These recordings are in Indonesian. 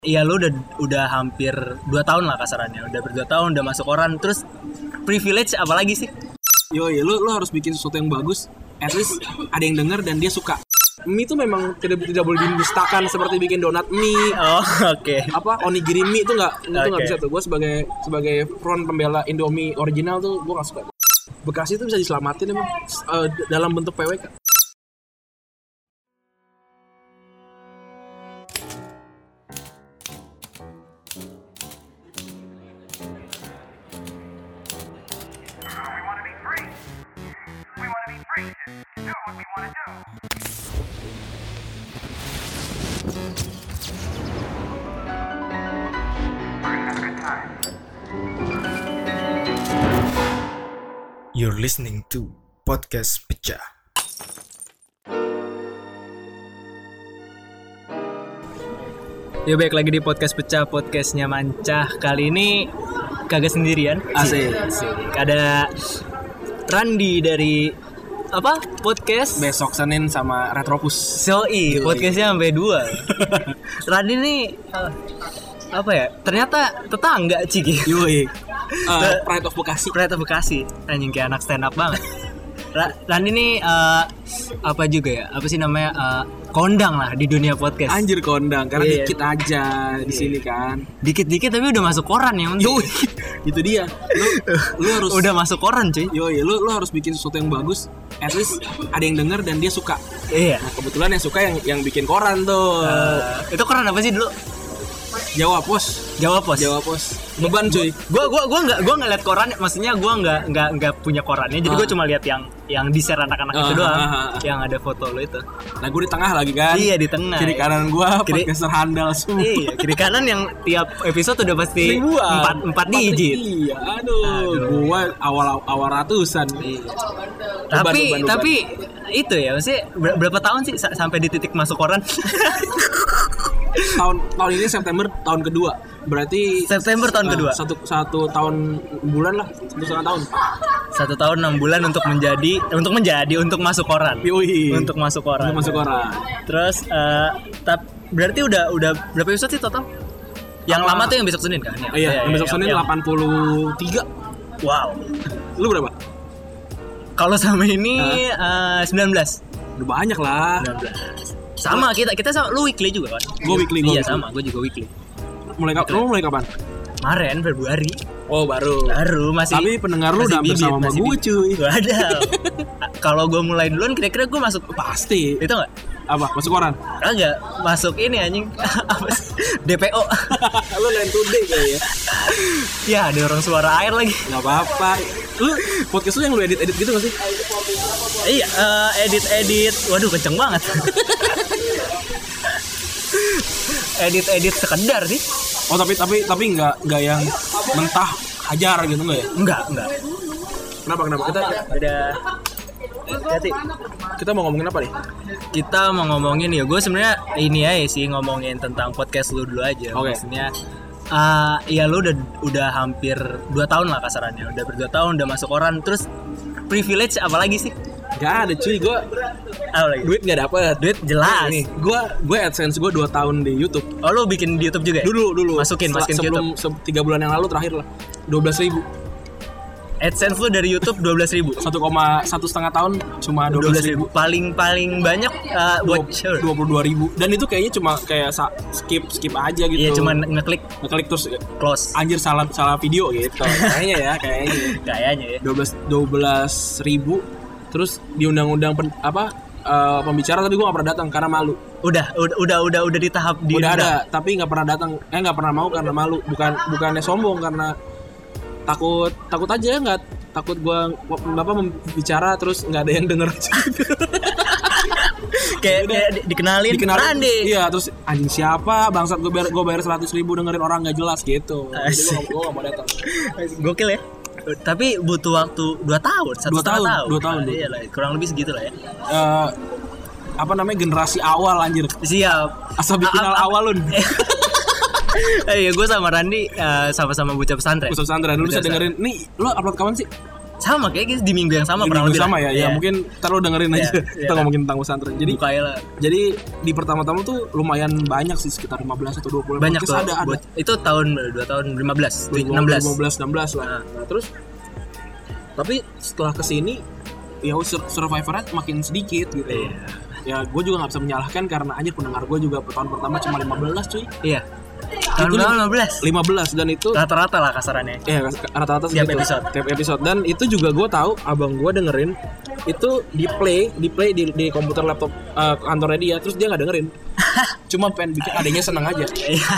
Iya, lu udah hampir 2 tahun lah kasarannya. Udah ber 2 tahun udah masuk koran. Terus privilege apalagi sih? Yoi, lu harus bikin sesuatu yang bagus. At least ada yang denger dan dia suka. Mie itu memang tidak boleh didustakan seperti bikin donat mie. Oh, oke. Apa onigiri mie itu nggak bisa tuh. Gue sebagai front pembela Indomie original tuh gue nggak suka. Bekasi itu bisa diselamatin emang dalam bentuk PWK. You're listening to Podcast Pecah. Ya baik lagi di Podcast Pecah, podcastnya Mancah. Kali ini kagak sendirian. Asik. Ada Randi dari apa? Podcast Besok Senin sama Retropus. Soi, podcastnya sampai 2. Randi nih apa ya? Ternyata tetangga Ciki. Yoi. Pride of Bekasi. Pride of Bekasi. Anjing kayak anak stand up banget. Randi nih apa juga ya? Apa sih namanya? Kondang lah di dunia podcast. Anjir kondang karena Iya. dikit aja di sini kan. Dikit-dikit tapi udah masuk koran ya. Yoi. Itu dia. Lu harus Udah masuk koran, cuy. Yoi, lu harus bikin sesuatu yang bagus. At least ada yang denger dan dia suka. Iya. Nah, kebetulan yang suka yang bikin koran tuh. Itu koran apa sih dulu? Jawa Pos. Beban cuy. Gua enggak lihat koran, maksudnya gua enggak punya korannya. Jadi gua cuma lihat yang di-share anak-anak itu doang. Yang ada foto lo itu. Nah, gue di tengah lagi kan. Iya, di tengah. Kiri kanan gua podcaster handal semua. Iya, kiri kanan yang tiap episode udah pasti 4 digit. Iya, aduh. Gua awal ratusan. Iya. Beban. Tapi itu ya, maksudnya berapa tahun sih sampai di titik masuk koran? tahun ini September tahun kedua. Berarti September tahun kedua. Satu tahun bulan lah, 1,5 tahun. 1 tahun 6 bulan untuk masuk koran. Yoi. Untuk masuk koran. Terus berarti udah berapa episode sih total? Yang lama tuh yang besok Senin kan? Iya, yang besok Senin 83. Wow. Lu berapa? Kalau sama ini 19. Udah banyak lah. 19. Sama kita sama lu weekly juga kan? Gua weekly. Iya sama, gue juga weekly. Mulai kapan? Kemarin Februari. Oh, baru masih. Tapi pendengar lu udah hampir sama gue cuy. Gak ada. Kalau gue mulai duluan kira-kira gue masuk pasti. Itu enggak? Apa? Masuk koran? Kagak, masuk ini anjing. Apa sih? DPO. Lu lain today kali ya. Ya, ada orang suara air lagi. Enggak apa-apa. Lu podcast lu yang lu edit gitu enggak sih? Iya, edit. Waduh, kenceng banget. edit sekedar sih. Oh, tapi enggak yang mentah hajar gitu enggak ya? Enggak. Kenapa? Kita Ada hati. Kita mau ngomongin apa nih? Kita mau ngomongin ya, gue sebenarnya ini aja sih ngomongin tentang podcast lu dulu aja. Okay. Maksudnya ya lu udah hampir 2 tahun lah kasarannya. Udah ber 2 tahun udah masuk koran. Terus privilege apalagi sih? Gak ada cuy, gue duit gak dapet. Duit jelas. Gue AdSense gue 2 tahun di YouTube. Oh, lu bikin di YouTube juga ya? Dulu Masukin ke YouTube. Sebelum 3 bulan yang lalu terakhir lah 12.000. AdSense lu dari YouTube 12.000. 1,5 tahun cuma 12.000. Paling banyak watcher 22.000. Dan itu kayaknya cuma kayak skip aja gitu. Iya, cuma ngeklik terus close. Anjir salah video gitu. Kayaknya ya. 12.000. Terus di undang-undang pembicara tapi gue nggak pernah datang karena malu. Udah di tahap udah ada tapi nggak pernah datang. Nggak pernah mau karena malu. Bukannya sombong, karena takut aja, nggak takut gue bicara terus nggak ada yang denger. kayak dikenalin Randi. Iya, terus anjing siapa bangsat, gue bayar 100.000 dengerin orang nggak jelas gitu. Jadi gue nggak mau datang. Gokil ya. Tapi butuh waktu 2 tahun, 1,5 tahun. 2 tahun. Iya lah, kurang lebih segitu lah ya. Generasi awal anjir. Siap. Asal bikin awalun. Iya, gue sama Randi sama-sama bocah pesantren. Lu bisa dengerin. Nih, lo upload kapan sih? Sama kayak di minggu yang sama Di kurang minggu lebih sama lah. ya. Ya mungkin ntar lu dengerin aja Iya. kita ngomongin tentang pesantren. Jadi Bukain lah. jadi di pertama-tama tuh lumayan banyak sih, sekitar 15 atau 20 Banyak tuh. podcast ada. Itu tahun 2 tahun 15, 16. 16 lah. Nah, terus tapi setelah kesini ya survivornya makin sedikit gitu. Iya. Ya gue juga nggak bisa menyalahkan karena aja pendengar gue juga tahun pertama cuma 15 cuy. Iya. Tahun Itu berapa 15? 15 dan itu Rata-rata lah kasarannya. ya rata-rata Tiap segitu. episode. Tiap episode. Dan itu juga gue tahu abang gue dengerin itu di play di komputer laptop kantornya dia, terus dia nggak dengerin. Cuma pengen bikin adanya seneng aja. Iya.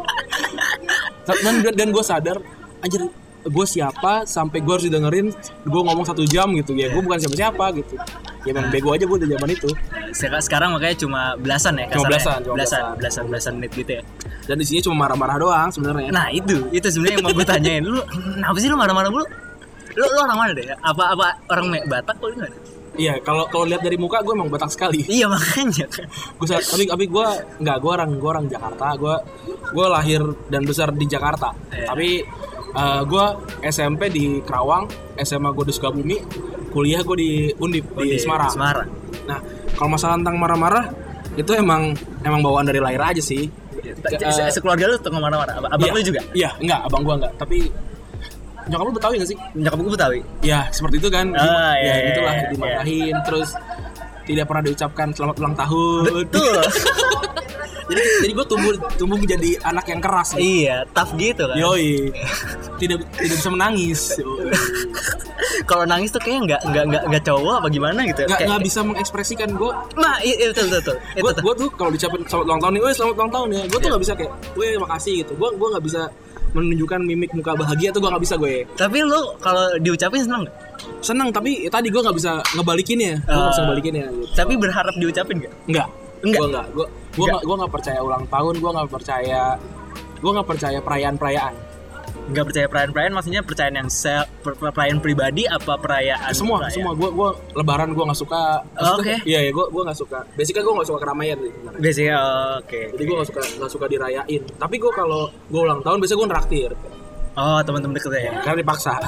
Dan gue sadar anjir gue siapa sampai gue harus didengerin gue ngomong 1 jam gitu ya. Gue bukan siapa-siapa gitu. Ya emang bego aja gue di zaman itu. Sekarang makanya cuma belasan ya Cuma kasarnya. belasan. Belasan menit gitu ya. Dan di sini cuma marah-marah doang sebenarnya. Nah itu sebenarnya yang mau gue tanyain. Lu kenapa sih lu marah-marah mulu? Lu orang mana deh? Apa orang Batak atau gimana? Iya, kalau lihat dari muka gue emang Batak sekali. Iya makanya kan. Tapi gue nggak, gue orang Jakarta. Gue lahir dan besar di Jakarta. Iya. Tapi gue SMP di Kerawang, SMA gue di Sukabumi, kuliah gue di Undip di Semarang. Nah, kalau masalah tentang marah-marah itu emang bawaan dari lahir aja sih. Sekeluarga lu tuh marah-marah. Abang lu juga? Iya, enggak, abang gue enggak. Tapi nyokap lu Betawi gak sih? Nyokap gue Betawi. Ya, seperti itu kan. Iya, Itulah iya. dimarahin, terus tidak pernah diucapkan selamat ulang tahun. Betul. jadi gue tumbuh menjadi anak yang keras. Iya, tough gitu kan. Yoi. Tidak bisa menangis. Kalau nangis tuh kayaknya nggak cowok apa gimana gitu. Nggak bisa mengekspresikan gue. Nah, iya betul. Gue tuh kalau diucapin selamat ulang tahun nih, selamat ulang tahun ya. Gue tuh nggak bisa kayak, makasih gitu. Gue nggak bisa menunjukkan mimik muka bahagia tuh gue nggak bisa gue. Tapi lu kalau diucapin seneng nggak? Seneng, tapi tadi gue nggak bisa ngebalikinnya. Gue nggak bisa ngebalikinnya. Gitu. Tapi berharap diucapin nggak? Enggak. Enggak. Gue nggak percaya ulang tahun. Gue nggak percaya perayaan. Nggak percaya perayaan maksudnya perayaan yang perayaan pribadi apa perayaan? Semua. Gue Lebaran gue nggak suka. Oke. Iya, gue nggak suka. Basically gue nggak suka keramaian sih. Biasanya oke. Jadi gue nggak suka dirayain. Tapi gue kalau gue ulang tahun biasanya gue nraktir. Oh, teman-teman deket ya. Karena dipaksa.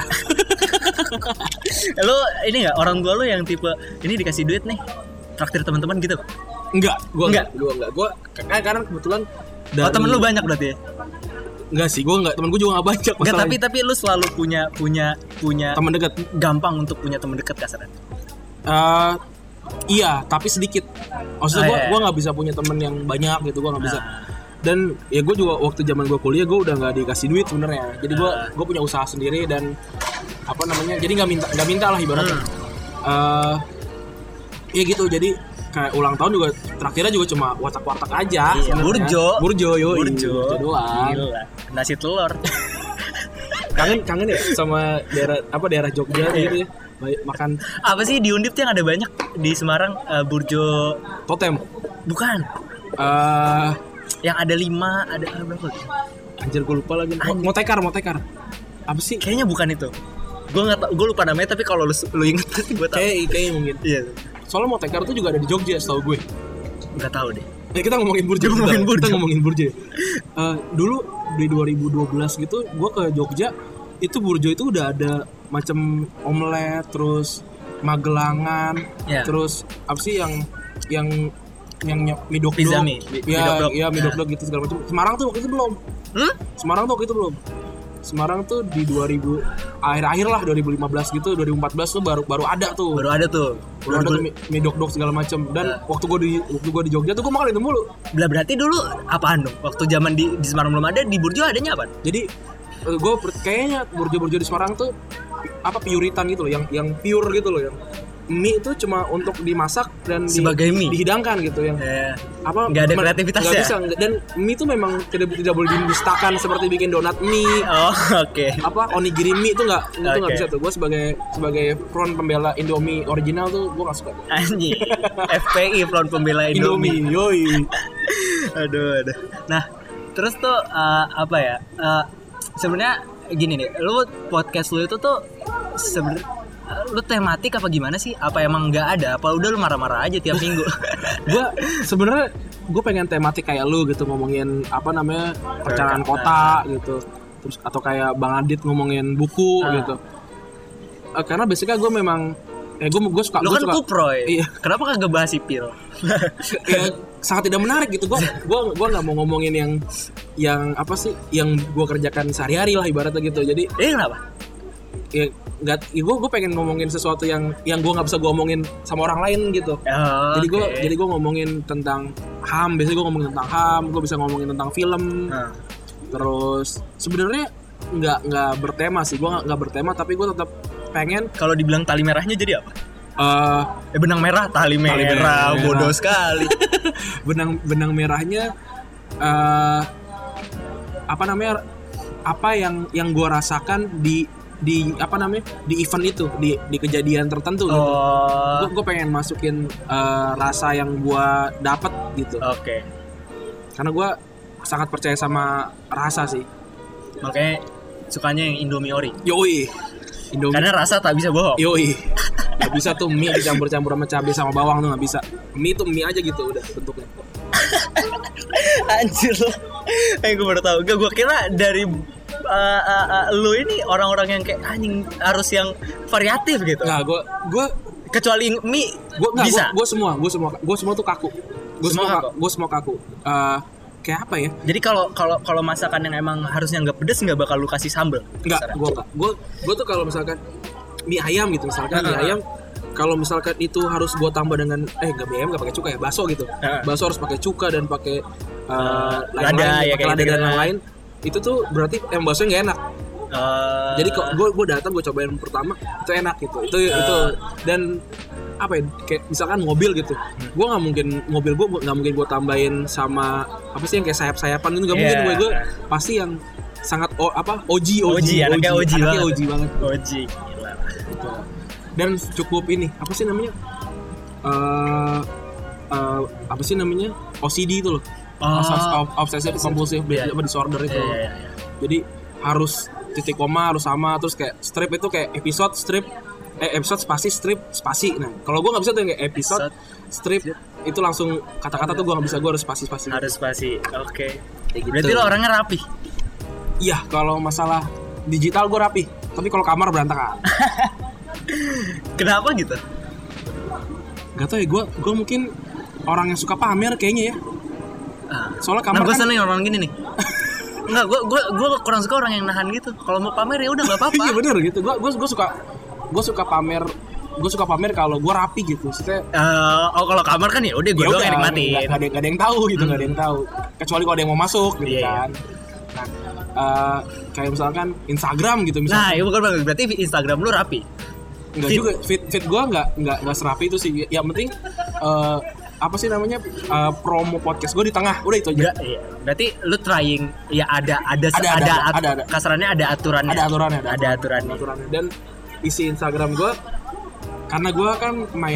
Lu ini nggak orang tua lu yang tipe ini dikasih duit nih traktir teman-teman gitu? Enggak. Gue karena kebetulan. Oh, temen lu banyak berarti ya? Enggak sih, gue enggak, temen gue juga enggak banyak. Enggak, tapi lu selalu punya teman dekat. Gampang untuk punya teman dekat kasarnya. Iya, tapi sedikit. Maksudnya gue nggak bisa punya temen yang banyak gitu, gue nggak bisa. Dan ya gue juga waktu zaman gue kuliah gue udah nggak dikasih duit sebenarnya. Jadi gue punya usaha sendiri dan apa namanya, jadi nggak minta lah ibaratnya. Ya gitu, jadi kayak ulang tahun juga terakhirnya juga cuma warteg aja. Iya, burjo doang. Gila. Nasi telur. kangen ya sama daerah Jogja gitu ya. Makan apa sih di Undip tuh yang ada banyak di Semarang, burjo totem. bukan yang ada 5 ada berapa? Anjir gue lupa lagi. Motekar. Apa sih? Kayaknya bukan itu. Gue nggak tahu, gue lupa namanya, tapi kalau lu inget pasti gue tahu. Kayak mungkin. Iya. Soalnya Motekar tuh juga ada di Jogja setahu gue. Nggak tahu deh. Kita ngomongin burjo. Kita ngomongin burjo. Dulu di 2012 gitu, gue ke Jogja. Itu burjo itu udah ada macam omelet, terus magelangan, terus apa sih yang mie dok-dok. Pizza mie dok-dok gitu segala macam. Semarang tuh waktu itu belum. Semarang tuh di 2000 akhir lah 2015 gitu, 2014 tuh baru ada tuh. Baru ada tuh mie dok-dok segala macam. Dan waktu gue di Jogja tuh gue makan itu mulu. Berarti dulu apaan dong? Waktu zaman di Semarang belum ada, di Burjo adanya apa? Jadi gue kayaknya burjo di Semarang tuh apa puritan gitu loh, yang pure gitu loh, yang mie itu cuma untuk dimasak dan sebagai mie dihidangkan gitu, yang apa nggak ada kreativitasnya. Nggak bisa, dan mie itu memang tidak boleh didustakan seperti bikin donat mie. Oke. Apa onigiri mie itu nggak bisa tuh. Gue sebagai front pembela Indomie original tuh gue nggak suka. Anjing. FPI front pembela Indomie. Yoi. Aduh. Nah, terus tuh apa ya? Sebenarnya gini nih, lu podcast lu itu tuh sebenarnya lu tematik apa gimana sih? Apa emang nggak ada? Apa udah lu marah-marah aja tiap minggu? Gue pengen tematik kayak lu gitu, ngomongin apa namanya perencanaan kota gitu, terus atau kayak Bang Adit ngomongin buku gitu. karena basicnya gue memang gue suka. Lo kan kuproy. Iya. Kenapa kagak bahas sipil? Ya, sangat tidak menarik gitu. Gue nggak mau ngomongin yang apa sih yang gue kerjakan sehari-hari lah ibaratnya gitu. Jadi Kenapa? ya nggak, gue pengen ngomongin sesuatu yang gue nggak bisa gue omongin sama orang lain gitu. Jadi gue ngomongin tentang HAM. Biasanya gue ngomongin tentang HAM. Gue bisa ngomongin tentang film. Terus sebenarnya nggak bertema sih. Gue nggak bertema, tapi gue tetap pengen. Kalau dibilang tali merahnya jadi apa? Benang merah, tali merah. Bodoh sekali. benang merahnya apa namanya? Apa yang gue rasakan di apa namanya? Di event itu, di kejadian tertentu gitu. Gue pengen masukin rasa yang gue dapat gitu. Oke. Karena gue sangat percaya sama rasa sih. Makanya sukanya yang Indomie ori. Yoi. Indomie. Karena rasa tak bisa bohong. Yoi. Gak bisa tuh mie dicampur-campur sama cabai sama bawang tuh gak bisa. Mie tuh mie aja gitu udah bentuknya. Anjir lo. Gue baru tahu. Gue kira dari lu ini orang-orang yang kayak anjing harus yang variatif gitu. Nah, gue kecuali mie bisa. Gue semua tuh kaku. Gue semua kaku. Kayak apa ya? Jadi kalau masakan yang emang harusnya nggak pedes nggak bakal lu kasih sambel. Enggak, gue tuh kalau misalkan mie ayam gitu misalkan mie ayam, kalau misalkan itu harus gue tambah dengan nggak mie ayam nggak pakai cuka ya, bakso gitu. Bakso harus pakai cuka dan pakai lada ya, lada dan lain-lain. Itu tuh berarti bakso nggak enak. Jadi kok gue datang gue cobain pertama itu enak gitu. Itu dan apa ya, kayak misalkan mobil gitu, gue nggak mungkin gue tambahin sama apa sih yang kayak sayap-sayapan gitu, nggak mungkin. Gue pasti yang sangat OG anaknya OG banget. OG gila. Dan cukup ini apa sih namanya OCD itu loh, obsessive compulsive disorder itu. Jadi harus titik koma harus sama, terus kayak strip itu kayak episode spasi strip spasi. Nah kalau gue nggak bisa tuh yang kayak episode strip itu langsung kata-kata tuh gue nggak bisa, gue harus spasi. Harus spasi. Oke. Gitu. Berarti lo orangnya rapi. Iya, kalau masalah digital gue rapi, tapi kalau kamar berantakan. Kenapa gitu? Gak tau ya, gue mungkin orang yang suka pamer kayaknya ya. Soalnya kamar gue seneng orang gini nih. Enggak, gue kurang suka orang yang nahan gitu. Kalau mau pamer ya udah nggak apa-apa. Iya bener gitu. Gue suka pamer kalau gue rapi gitu. Maksudnya kalau kamar kan ya udah gue doang yang nikmatin. Gak ada yang tahu gitu, gak ada yang tahu. Kecuali kalau ada yang mau masuk gitu kan. Nah, kayak misalkan Instagram gitu misalkan. Nah, ya bukan banget. Berarti Instagram lu rapi. Enggak juga, feed gue enggak serapi itu sih. Yang penting apa sih namanya promo podcast gue di tengah, udah itu aja. Iya. Berarti lu trying ya ada kasarannya ada aturannya. Ada aturannya. Dan isi Instagram gue, karena gue kan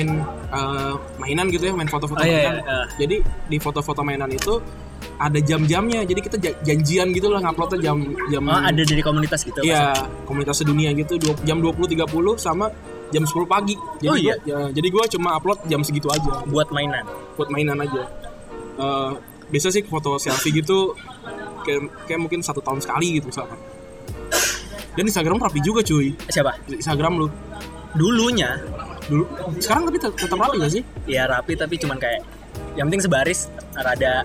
mainan gitu ya, main foto-foto mainan. Jadi di foto-foto mainan itu ada jam-jamnya. Jadi kita janjian gitu lah nguploadnya jam. Ada dari komunitas gitu. Iya, komunitas sedunia gitu, jam 20.30 sama jam 10 pagi. Jadi jadi gue cuma upload jam segitu aja. Buat mainan aja. Biasa sih foto selfie gitu kayak mungkin 1 tahun sekali gitu misalkan. Dan Instagram rapi juga cuy. Siapa? Instagram lu. Dulu. Sekarang tapi tetap rapi gak sih? Iya rapi, tapi cuman kayak yang penting sebaris rada.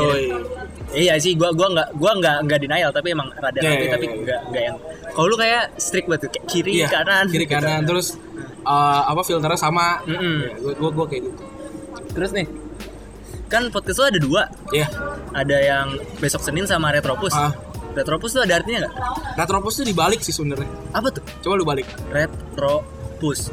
Iya sih, gua enggak denial, tapi emang rada rapi, tapi enggak yang. Kalau lu kayak strict banget kayak kiri kanan terus filternya sama. Gua kayak gitu. Terus nih, kan podcast lu ada 2. Iya. Ada yang besok Senin sama Retropus. Retropus tuh ada artinya nggak? Retropus tuh dibalik sih sebenarnya. Apa tuh? Coba lu balik. Retropus.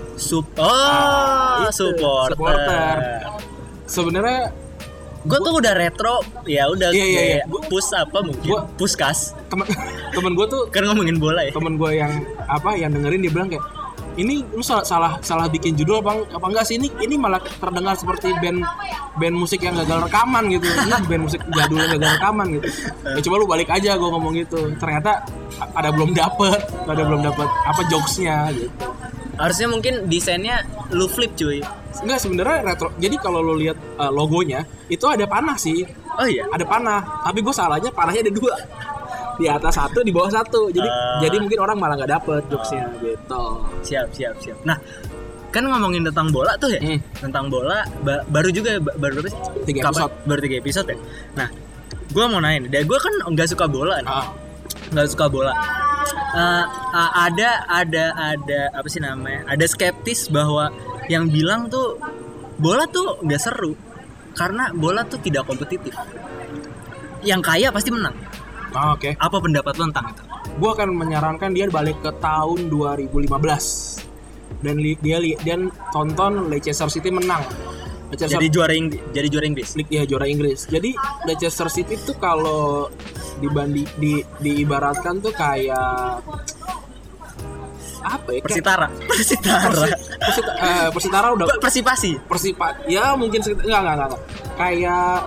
Supporter. Sebenarnya gue tuh udah retro, ya udah. Iya. Pus apa mungkin? Puskas. Temen gue tuh kan ngomongin bola ya. Temen gue yang dengerin dia bilang kayak, ini lu salah bikin judul apa enggak sih, ini malah terdengar seperti band musik yang gagal rekaman gitu. Ini band musik jadul yang gagal rekaman gitu. Ya coba lu balik aja, gue ngomong gitu. Ternyata ada belum dapet apa jokesnya gitu. Harusnya mungkin desainnya lu flip cuy. Enggak, sebenarnya retro. Jadi kalau lu lihat logonya itu ada panah sih. Oh iya, ada panah. Tapi gue salahnya panahnya ada 2. di atas 1, di bawah 1. Jadi mungkin orang malah nggak dapet jokesnya gitu. Siap. Nah, kan ngomongin tentang bola tuh ya. Tentang bola baru juga baru berapa sih? 3 episode. Baru 3 episode ya. Nah, gue mau nanya nih, gue kan nggak suka bola nih. Nggak suka bola. Ada apa sih namanya? Ada skeptis bahwa yang bilang tuh bola tuh nggak seru karena bola tuh tidak kompetitif. Yang kaya pasti menang. Oke. Apa pendapat lo tentang itu? Gue akan menyarankan dia balik ke tahun 2015 dan dia tonton Leicester City menang. Jadi juara Inggris. Ya, juara Inggris. Jadi Leicester City tuh kalau diibaratkan tuh kayak apa ya? Persitara udah Persipasi. Ya mungkin enggak. Kayak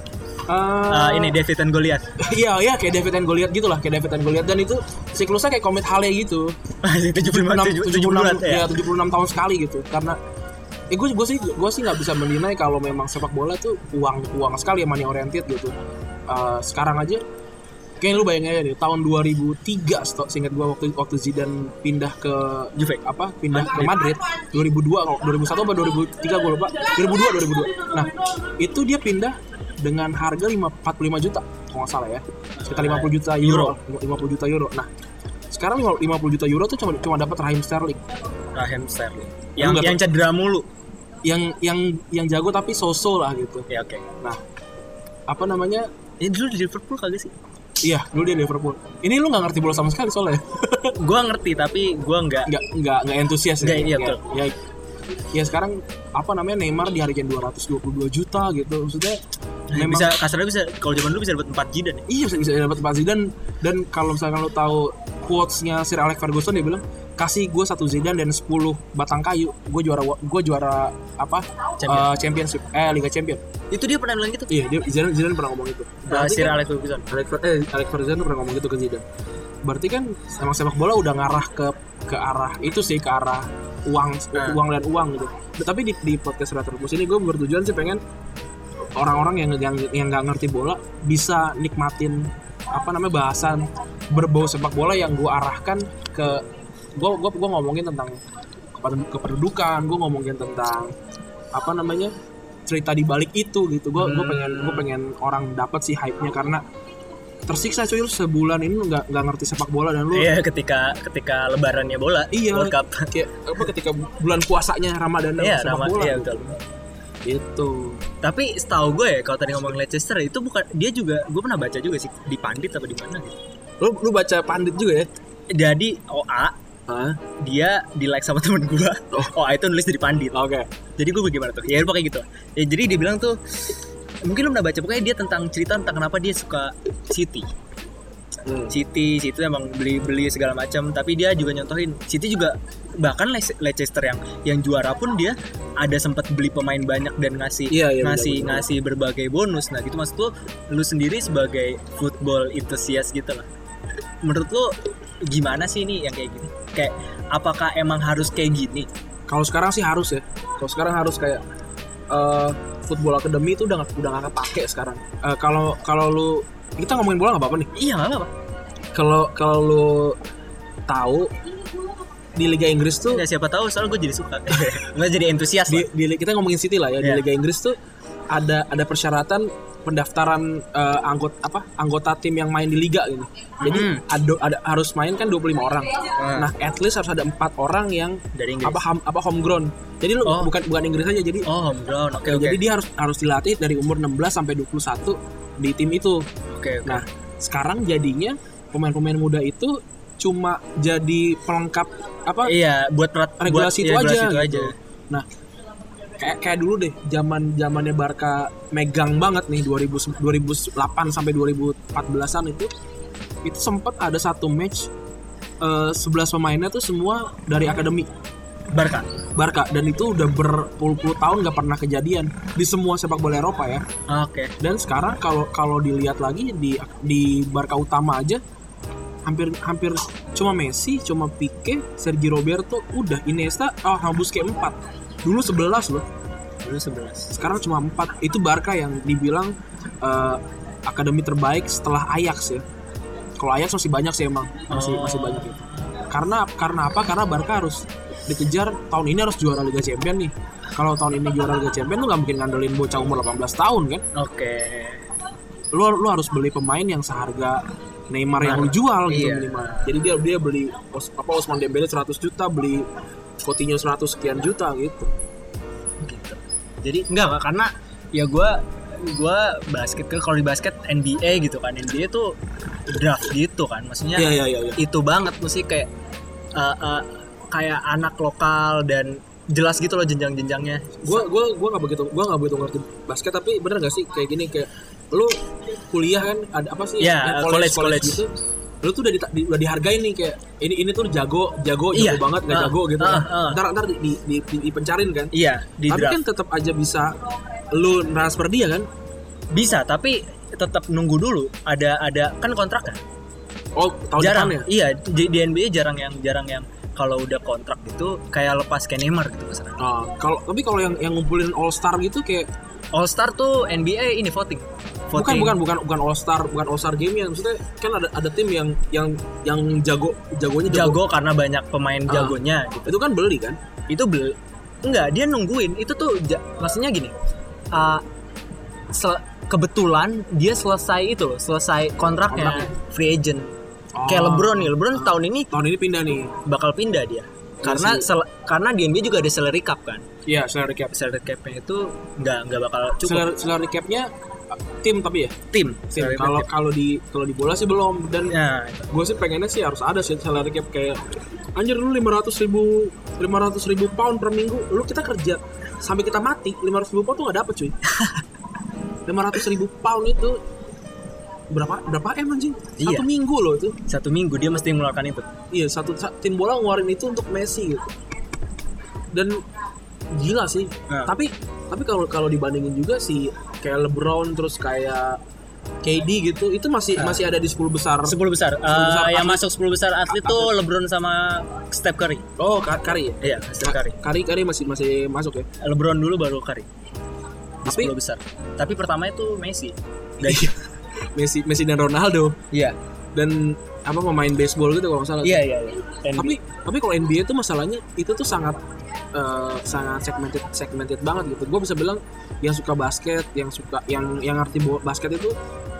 ini David and Goliath. Iya kayak David and Goliath gitu lah, kayak David and Goliath, dan itu siklusnya kayak Comet Halley gitu. 76 tahun sekali gitu. Karena gue sih nggak bisa mendinai kalau memang sepak bola tuh uang sekali, money oriented gitu. Sekarang aja kayak lu bayangin aja nih, tahun 2003 seingat gue waktu Zidane pindah ke Juve, pindah ke Madrid 2001 atau 2003 gue lupa, 2002. Nah itu dia pindah dengan harga 45 juta kalau nggak salah ya, sekitar 50 juta euro. Nah sekarang 50 juta euro tuh cuma dapat Raheem Sterling yang cedera mulu, yang jago tapi so-so lah gitu ya. Oke. Nah apa namanya, ini dulu di Liverpool kagak sih? Iya, dulu dia Liverpool. Ini lu nggak ngerti bola sama sekali soalnya. Gua ngerti tapi gua nggak entusias ya. Iya betul. Ya sekarang apa namanya, Neymar dihargain 222 juta gitu. Maksudnya memang bisa kasarnya, bisa kalau zaman dulu bisa dapat 4 Zidane. Iya, bisa dapat 4 Zidane. Dan kalau misalkan lu tahu quotes-nya Sir Alex Ferguson, dia bilang, "Kasih gue 1 Zidane dan 10 batang kayu, gue juara championship, Liga Champion." Itu dia pernah bilang gitu? Iya, Zidane pernah ngomong gitu. Sir Alex Ferguson. Alex Ferguson pernah ngomong gitu ke Zidane. Berarti kan emang sepak bola udah ngarah ke arah itu sih, ke arah uang dan uang gitu. Tapi di podcast Retropus ini gue bertujuan sih pengen orang-orang yang nggak ngerti bola bisa nikmatin bahasan berbau sepak bola yang gue arahkan ke gue ngomongin tentang kependudukan, gue ngomongin tentang cerita di balik itu gitu. Gue pengen orang dapat sih hype-nya, karena tersiksa cuy, lu sebulan ini lu nggak ngerti sepak bola, dan lu ketika lebarannya bola, World Cup, ketika bulan puasanya Ramadan sepak bola. Iya, betul. Itu. Tapi setahu gue ya, kalau tadi ngomong Leicester itu bukan dia juga, gue pernah baca juga sih di Pandit apa di mana gitu. Lu baca Pandit juga ya? Jadi OA dia di like sama temen gue. OA itu nulis dari Pandit. Oke. Jadi gue bagaimana tuh? Ya pakai gitu. Ya jadi dia bilang tuh, mungkin lu pernah baca, pokoknya dia cerita tentang kenapa dia suka City. City emang beli segala macam, tapi dia juga nyontohin City juga, bahkan Leicester yang juara pun dia ada sempat beli pemain banyak dan ngasih berbagai bonus. Nah gitu, maksud lu sendiri sebagai football enthusiast gitu lah, menurut lu gimana sih ini yang kayak gini? Kayak apakah emang harus kayak gini? Kalau sekarang sih harus ya. Kalau sekarang harus kayak football academy itu udah nggak kepake sekarang. Kalau lu, kita ngomongin bola nggak apa-apa nih? Iya, nggak apa-apa. Kalau lu tahu di Liga Inggris tuh, ya, siapa tahu, soalnya gue jadi suka, nggak jadi entusias lah. Kita ngomongin City lah ya. Di Liga Inggris tuh ada persyaratan pendaftaran anggota tim yang main di liga gitu. Jadi ada harus main kan 25 orang. Nah, at least harus ada 4 orang yang dari Inggris. Homegrown. Jadi lu bukan Inggris aja, jadi homegrown. Oke. Jadi dia harus dilatih dari umur 16 sampai 21 di tim itu. Oke. Nah, sekarang jadinya pemain-pemain muda itu cuma jadi pelengkap buat regulasi itu aja. Gitu. Nah, kayak dulu deh, zamannya Barca megang banget nih 2008 sampai 2014-an itu sempat ada satu match 11 pemainnya tuh semua dari akademi Barca, dan itu udah berpuluh-puluh tahun gak pernah kejadian di semua sepak bola Eropa ya. Oke. Dan sekarang kalau dilihat lagi di Barca utama aja hampir cuma Messi, cuma Pique, Sergio Roberto, udah Iniesta, Busquets 4. Dulu 11 loh. Sekarang cuma 4. Itu Barca yang dibilang akademi terbaik setelah Ajax ya. Kalau Ajax masih banyak sih emang, masih banyak gitu. Karena apa? Karena Barca harus dikejar tahun ini harus juara Liga Champions nih. Kalau tahun ini juara Liga Champions lu nggak mungkin ngandelin bocah umur 18 tahun kan? Oke. Lu harus beli pemain yang seharga Neymar yang lu jual gitu minimal. Jadi dia beli Ousmane Dembele 100 juta, beli Coutinho 100 sekian juta gitu. Jadi enggak karena ya gue basket kan, kalau di basket NBA gitu kan, NBA tuh draft gitu kan, maksudnya Iya. itu banget mesti kayak kayak anak lokal dan jelas gitu loh jenjang-jenjangnya. Gue nggak begitu ngerti basket, tapi bener nggak sih kayak gini, kayak lu kuliah kan ada apa sih? Ya, college gitu. Lu tuh udah dihargain nih, kayak ini tuh jago banget, nggak jago gitu kan. Ntar dipencarin kan. Iya, di tapi draft. kan tetap aja bisa lu transfer dia kan. Bisa, tapi tetap nunggu dulu. Ada kan kontraknya. Oh, tahun Jarang. depan ya? Iya, di NBA jarang yang kalau udah kontrak gitu kayak lepas kayak Neymar gitu misalnya. Tapi kalau yang ngumpulin All Star gitu kayak All Star tuh NBA ini voting. Bukan All Star game ya, maksudnya kan ada tim yang jagonya jago karena banyak pemain jagonya gitu. Itu kan beli kan? Itu enggak, dia nungguin. Itu tuh maksudnya gini. Kebetulan dia selesai kontraknya. Free agent. Kayak LeBron tahun ini pindah nih. bakal pindah dia. Karena di NBA juga ada salary cap kan. Iya, salary cap. Salary cap-nya itu enggak bakal cukup. Salary cap-nya tim tapi ya? Tim. Kalau di bola sih belum, dan Nah, gue sih pengennya sih harus ada sih salary cap, kayak anjir lu 500.000 pound per minggu, lu kita kerja sampai kita mati 500.000 pound tuh nggak dapet cuy. 500.000 pound itu berapa M anjing? Iya. 1 minggu loh itu. 1 minggu dia mesti mengeluarkan itu. Iya, tim bola ngeluarin itu untuk Messi gitu. Dan gila sih. Nah. Tapi kalau dibandingin juga sih kayak LeBron terus kayak KD gitu, itu masih ada di 10 besar. 10 besar. Yang masuk 10 besar atlet tuh LeBron sama Steph Curry. Oh, Curry ya? Iya, Steph Curry. Curry masih masuk ya. LeBron dulu baru Curry. Di Tapi 10 besar. Tapi pertama itu Messi. Dan Messi dan Ronaldo, iya. dan apa pemain baseball gitu kalau nggak salah. Iya. Tapi kalau NBA tuh masalahnya itu tuh sangat segmented banget gitu. Gue bisa bilang yang suka basket, yang ngerti basket itu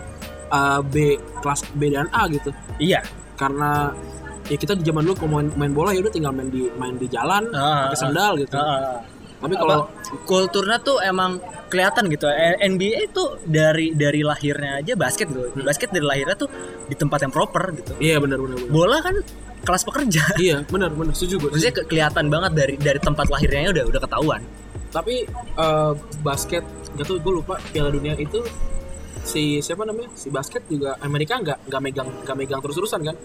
kelas B dan A gitu. Iya. Karena ya kita di zaman dulu kalau main bola ya udah tinggal main di jalan pakai sandal gitu. Tapi kalau kulturnya tuh emang kelihatan gitu. NBA itu dari lahirnya aja basket gitu. Basket dari lahirnya tuh di tempat yang proper gitu. Iya, benar. Bola kan kelas pekerja. Iya, benar, setuju gue. Maksudnya kelihatan banget dari tempat lahirnya udah ketahuan. Tapi basket nggak tuh, gue lupa Piala Dunia itu si siapa namanya, si basket juga Amerika nggak megang terus-terusan kan?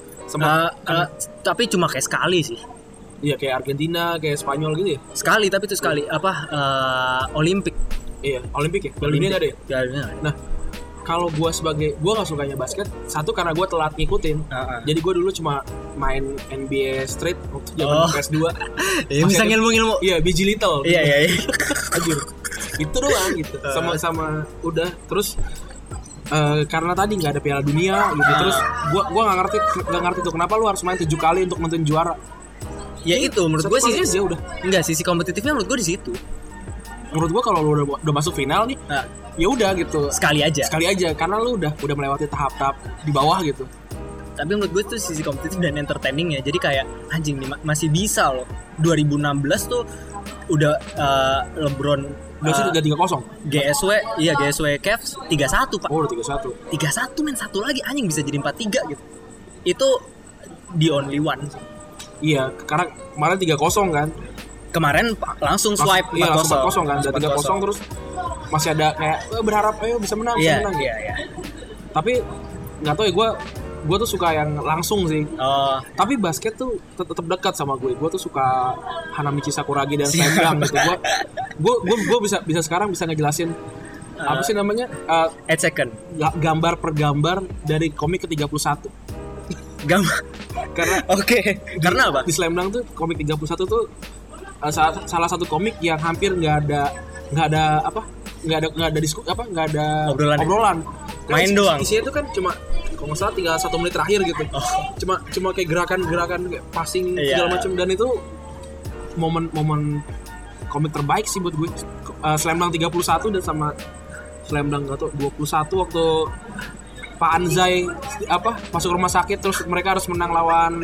Tapi cuma kayak sekali sih. Iya, kayak Argentina, kayak Spanyol gitu ya. Sekali, tapi itu sekali Olimpik. Iya, Olimpik ya. Piala Dunia nggak ada ya? Piala Dunia. Nah, kalau gue nggak sukanya basket, satu karena gue telat ngikutin. Jadi gue dulu cuma main NBA Street waktu zaman PS2. Ya, bisa ngilmu-ngilmu. Iya, biji little. Iya. Anjir. Itu doang gitu. Sama udah terus karena tadi nggak ada Piala Dunia gitu. Terus gue nggak ngerti tuh kenapa lu harus main 7 kali untuk nentuin juara. Ya itu menurut gue sih aja udah. Enggak, sisi kompetitifnya menurut gue di situ. Menurut gue kalau lu udah masuk final nih, ya udah gitu. Sekali aja karena lu udah melewati tahap-tahap di bawah gitu. Tapi menurut gue tuh sisi kompetitif dan entertaining ya. Jadi kayak anjing nih masih bisa loh. 2016 tuh udah LeBron udah 3-0. GSW Cavs 3-1 Pak. Oh, udah 3-1. 3-1 main satu lagi anjing bisa jadi 4-3 gitu. Itu the only one. Iya, karena kemarin 3-0 kan. Kemarin langsung swipe 4-0. Iya, langsung 4-0 kan. Udah 3-0 terus masih ada kayak berharap bisa menang, Iya. Tapi nggak tahu ya, gue tuh suka yang langsung sih. Tapi basket tuh tetap dekat sama gue. Gue tuh suka Hanamichi Sakuragi dan Slam Dunk gitu. Gue bisa sekarang bisa ngejelasin apa sih namanya? 8 second. Gambar per gambar dari komik ke-31. Gambar. Karena Karena apa? Di Slam Dunk tuh komik 31 tuh salah satu komik yang hampir nggak ada obrolan. Main doang. Isinya tuh kan cuma kalau nggak salah tinggal 1 menit terakhir gitu. Cuma kayak gerakan kayak passing segala macam, dan itu momen komik terbaik sih buat gue. Slam Dunk 31 dan sama Slam Dunk 21 waktu Pak Anzai masuk rumah sakit terus mereka harus menang lawan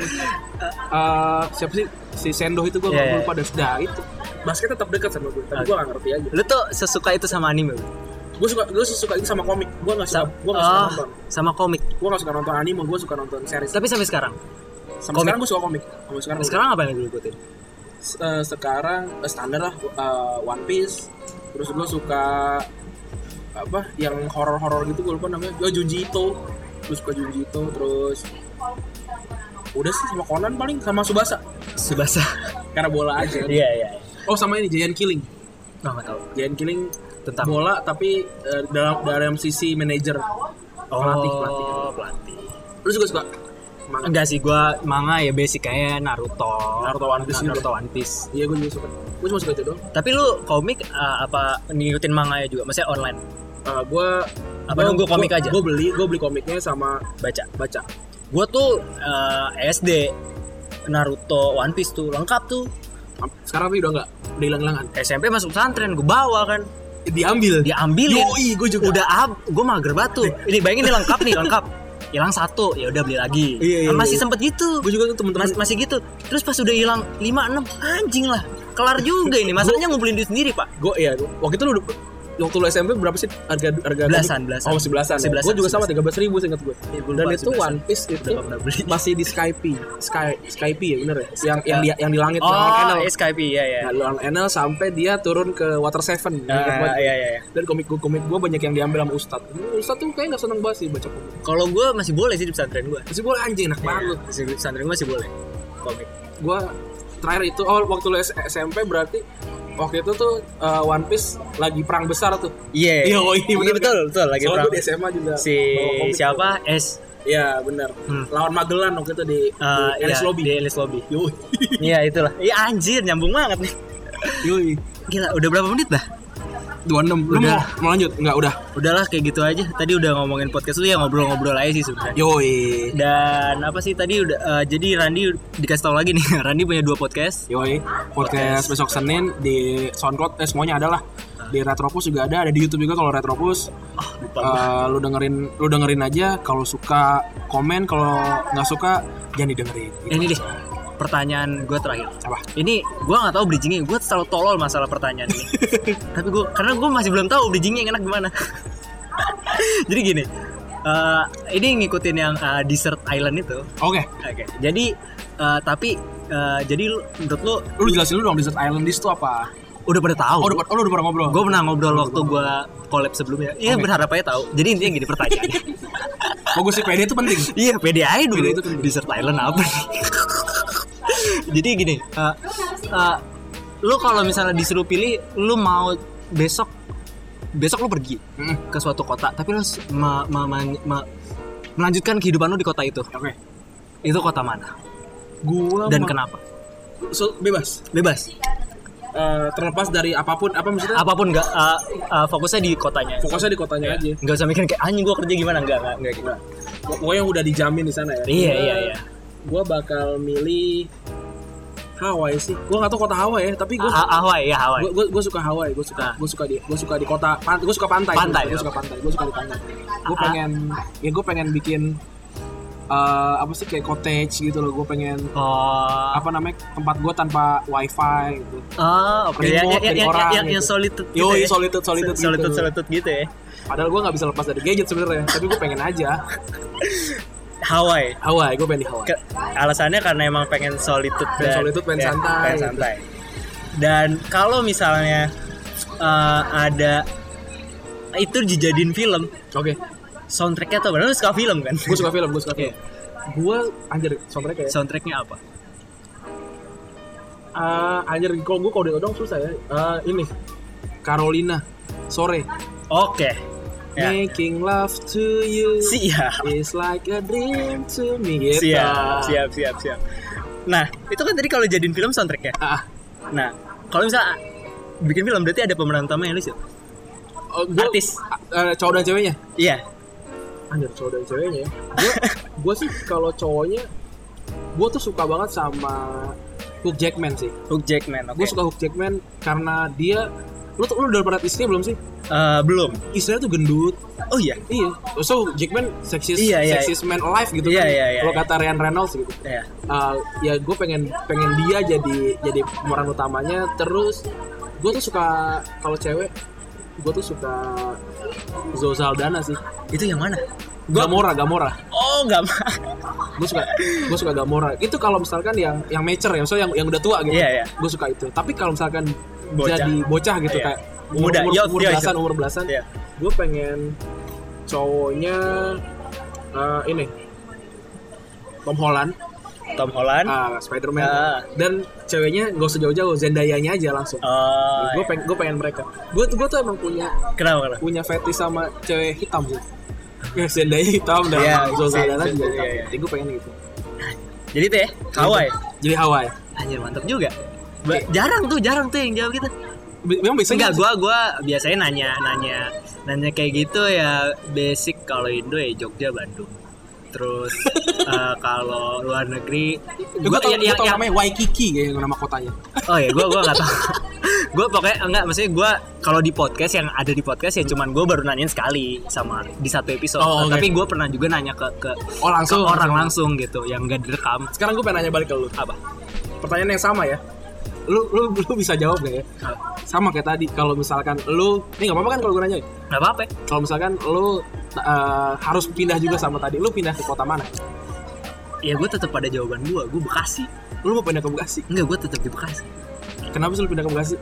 siapa sih si Sendo itu, gue lupa dan sudah itu. Basket tetap dekat sama gue, tapi gue gak ngerti aja. Lu tuh sesuka itu sama anime? Gue suka itu sama komik. Gue gak suka nonton. Sama komik. Gue gak suka nonton anime, gue suka nonton series. Tapi sampai sekarang? Sekarang gue suka komik. Sekarang apa yang lu ikutin? Sekarang standar lah, One Piece. Terus gue suka yang horor gitu, gue lupa namanya. Junji Ito. Gue suka Junji Ito. Terus udah sih sama Conan paling, sama Tsubasa. Karena bola aja. Iya. Oh sama ini Giant Killing. Nggak tahu. Giant Killing Tentang bola tapi dalam sisi manajer, pelatih. Lu juga suka manga? Enggak sih, gue manga ya basic kayak Naruto One Piece. Iya, gue juga suka. Gue cuma suka itu doang. Tapi lu komik apa ngikutin manga ya juga? Maksudnya online? Gue nunggu komik aja? Gue beli komiknya sama baca. Gue tuh SD Naruto One Piece tuh lengkap tuh. Sekarang tapi udah hilang-hilangan. SMP masuk pesantren gue bawa kan. Diambilin. Yoi, gue juga. Gue mager batu. Ini bayangin ini lengkap. Hilang 1, ya udah beli lagi. Iya. Masih sempet gitu. Gue juga tuh temen-temen masih gitu. Terus pas udah hilang 5, 6, anjing lah. Kelar juga ini. Masalahnya ngumpulin duit sendiri, Pak. Waktu itu waktu lu SMP berapa sih harga belasan. Oh, masih belasan. Gue juga sama 13.000 seingat gue. Dan itu One Piece itu masih di Skype ya, bener ya? Yang di langit lawan Enel. Skype ya. Lawan Enel sampai dia turun ke Water 7. Iya. Dan komik gue banyak yang diambil sama Ustadz. Ustadz tuh kayaknya nggak seneng banget sih baca komik. Kalau gue masih boleh sih di pesantren gue. Masih boleh, anjing, enak banget. Di pesantren gue masih boleh komik. Gue terakhir itu waktu lu SMP berarti. Waktu itu tuh One Piece lagi perang besar tuh. Iya. Betul lagi perang. Soalnya gue di SMA juga. Siapa? S. Iya benar. Lawan Magellan waktu itu di Ennis Lobby. Di Ennis Lobby. Iya itulah. Iya anjir, nyambung banget nih. Yoi. Gila, udah berapa menit dah? 26. Lu mau lanjut? Enggak, udah. Udahlah kayak gitu aja. Tadi udah ngomongin podcast lu ya, ngobrol-ngobrol aja sih sebenarnya. Yoi. Dan apa sih tadi udah jadi Randi dikasih tahu lagi nih. Randi punya 2 podcast. Yoi. Podcast besok Senin di SoundCloud, semuanya ada lah. Di Retropus juga ada di YouTube juga kalau Retropus. Lu dengerin aja, kalau suka komen, kalau nggak suka jangan didengerin. Gitu. Ini deh. Pertanyaan gue terakhir. Apa? Ini gue nggak tahu bridgingnya. Gue selalu tolol masalah pertanyaan ini. Tapi karena gue masih belum tahu bridgingnya yang enak gimana. Jadi gini, ini ngikutin yang Desert Island itu. Oke. Jadi jadi menurut lu jelasin dulu dong Desert Island itu apa? Udah pada tahu. Lu udah pernah ngobrol? Gue pernah ngobrol waktu gue collab sebelumnya. Iya, berharap aja tahu. Jadi intinya gini pertanyaannya. Bagus sih, PD itu penting. Iya, PD aja dulu. PD itu penting. Desert Island apa nih? Jadi gini, lu kalau misalnya disuruh pilih, lu mau besok lu pergi ke suatu kota, tapi lu melanjutkan kehidupan lu di kota itu. Oke. Itu kota mana? Dan kenapa? Bebas. Terlepas dari apapun, apa maksudnya? Apapun enggak, fokusnya di kotanya. Fokusnya di kotanya aja. Enggak usah mikirin kayak anjing gua kerja gimana, enggak gitu. Pokoknya yang udah dijamin di sana ya. Iya. Gue bakal milih Hawaii sih. Gue nggak tahu kota Hawaii ya, tapi gue Hawaii. Gue suka Hawaii. Gue suka di kota. Gue suka pantai. Gue suka di pantai. Gue pengen bikin apa sih kayak cottage gitu loh. Gue pengen apa namanya tempat gue tanpa wifi gitu. Oke. Yang solitude. Solitude gitu ya. Padahal gue nggak bisa lepas dari gadget sebenarnya, tapi gue pengen aja. Hawaii, gue pengen di Hawaii. Alasannya karena emang pengen solitude, pengen santai. Dan kalau misalnya ada itu dijadiin film, oke. Soundtracknya tuh benar, lu suka film kan? Gue suka film. Gue anjir soundtracknya. Soundtracknya apa? Anjir kalau diodong susah ya. Ini Carolina Sore. Oke. Making love to you. Siap. Is like a dream to me. Gitu. Siap. Nah, itu kan tadi kalau jadiin film soundtracknya. Nah, kalau misalnya bikin film berarti ada pemeran utamanya lu siapa? Artis. Cowok dan ceweknya? Iya. Anjir, cowok dan ceweknya. Gue sih kalau cowoknya, gue tuh suka banget sama Hugh Jackman sih. Hugh Jackman, oke. Gue suka Hugh Jackman karena dia, lu udah pernah istrinya belum sih? Belum. Istrinya tuh gendut. Oh iya. Iya. So Jackman sexiest man alive gitu kan. Kalau kata Ryan Reynolds gitu. Iya. Ya gue pengen dia jadi pemeran utamanya. Terus gue tuh suka kalau cewek, gue tuh suka Zoe Saldana sih. Itu yang mana? Gamora. Oh, Gamora. Gue suka Gamora. Itu kalau misalkan yang mature ya, misalnya yang udah tua gitu. Iya. Gue suka itu. Tapi kalau misalkan Bocah. jadi bocah gitu kayak umur belasan, Iya. gue pengen cowoknya ini Tom Holland, Spider-Man, dan ceweknya gak usah jauh-jauh, Zendaya-nya aja langsung. Gue pengen mereka. Gue tuh emang Kenapa? punya fetish sama cewek hitam sih. Ya, Zendaya hitam dan Zoe Saldana juga hitam. Jadi gue pengen gitu. Jadi tuh ya, Hawaii. Jadi Hawaii. Anjir, mantap juga. Jarang tuh yang jawab gitu. Memang bisa enggak, gua biasanya nanya kayak gitu ya, basic. Kalau Indo ya Jogja, Bandung. Terus kalau luar negeri gua tahu namanya Waikiki kayak nama kotanya. Oh ya, gua enggak tahu. Gua pokoknya enggak, maksudnya gua kalau di podcast yang ada di podcast ya cuman gua baru nanyain sekali sama di satu episode. Tapi gua pernah juga nanya ke orang langsung gitu yang enggak direkam. Sekarang gua pengen nanya balik ke lu. Apa? Pertanyaan yang sama ya. Lu bisa jawab gak ya? Sama kayak tadi. Kalau misalkan lu, ini nggak apa-apa kan kalau gue nanya? Nggak apa-apa. Kalau misalkan lu harus pindah juga sama tadi, lu pindah ke kota mana? Ya gue tetap pada jawaban gue Bekasi. Lu mau pindah ke Bekasi? Enggak, gue tetap di Bekasi. Kenapa sih lu pindah ke Bekasi?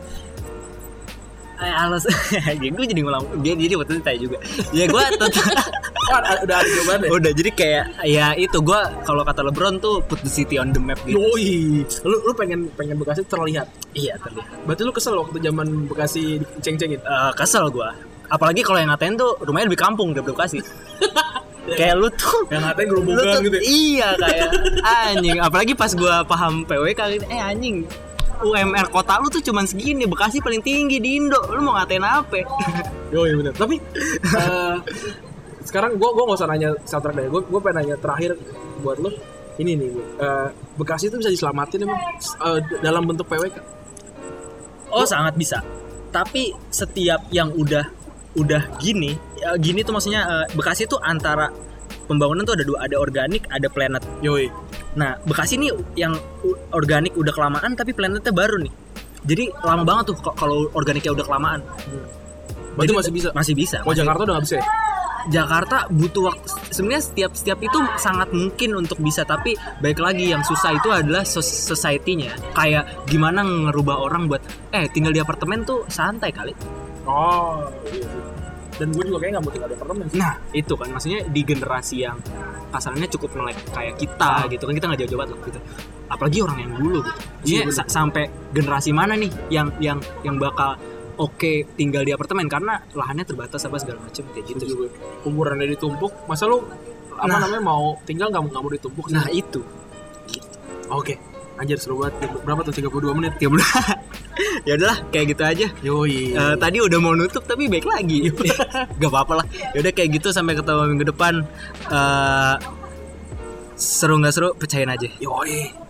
Gue jadi ngulang. Jadi waktu itu tanya juga. Ya gue tetap. Udah ada jawabannya. Udah, jadi kayak ya itu, gue kalau kata LeBron tuh put the city on the map gitu. Yoi. Lu pengen Bekasi terlihat. Iya, terlihat. Berarti lu kesel waktu zaman Bekasi diceng-cengin? Kesel gue. Apalagi kalau yang ngatain tuh rumahnya lebih kampung daripada Bekasi. Kayak lu tuh yang ngatain gerobongan gitu. Iya, kayak anjing. Apalagi pas gue paham PWK gitu, anjing, UMR kota lu tuh cuman segini, Bekasi paling tinggi di Indo. Lu mau ngatain apa? Yoi, bener. Tapi sekarang gue gak usah nanya soundtrack deh. Gue pengen nanya terakhir buat lu. Ini nih, Bekasi itu bisa diselamatin emang dalam bentuk PWK? Oh, sangat bisa. Tapi setiap yang udah gini tuh maksudnya Bekasi tuh antara pembangunan tuh ada organik, ada planet. Yoi. Nah, Bekasi nih yang organik udah kelamaan tapi planetnya baru nih. Jadi lama banget tuh kalau organiknya udah kelamaan. Berarti masih bisa. Oh, Jakarta udah nggak bisa ya? Jakarta butuh waktu. Sebenarnya setiap itu sangat mungkin untuk bisa, tapi baik lagi yang susah itu adalah society-nya. Kayak gimana ngerubah orang buat tinggal di apartemen tuh santai kali. Oh, iya. Dan gue juga kayaknya gak mau tinggal di apartemen. Nah, itu kan maksudnya di generasi yang kasarnya cukup melek kayak kita gitu kan, kita nggak jauh-jauh banget gitu. Apalagi orang yang dulu gitu. Iya, sampai generasi mana nih yang bakal tinggal di apartemen karena lahannya terbatas apa segala macam kayak gitu. Juga. Umurannya ditumpuk, masa lu mau tinggal nggak mau ditumpuk? Nah itu. Gitu. Oke. Anjir, seru banget. Berapa tuh, 32 menit? 32. Ya udahlah, kayak gitu aja. Yoi. Tadi udah mau nutup tapi baik lagi. Gak apa-apa lah. Ya udah kayak gitu, sampai ketemu minggu depan. Seru nggak seru, pecahin aja. Yoi.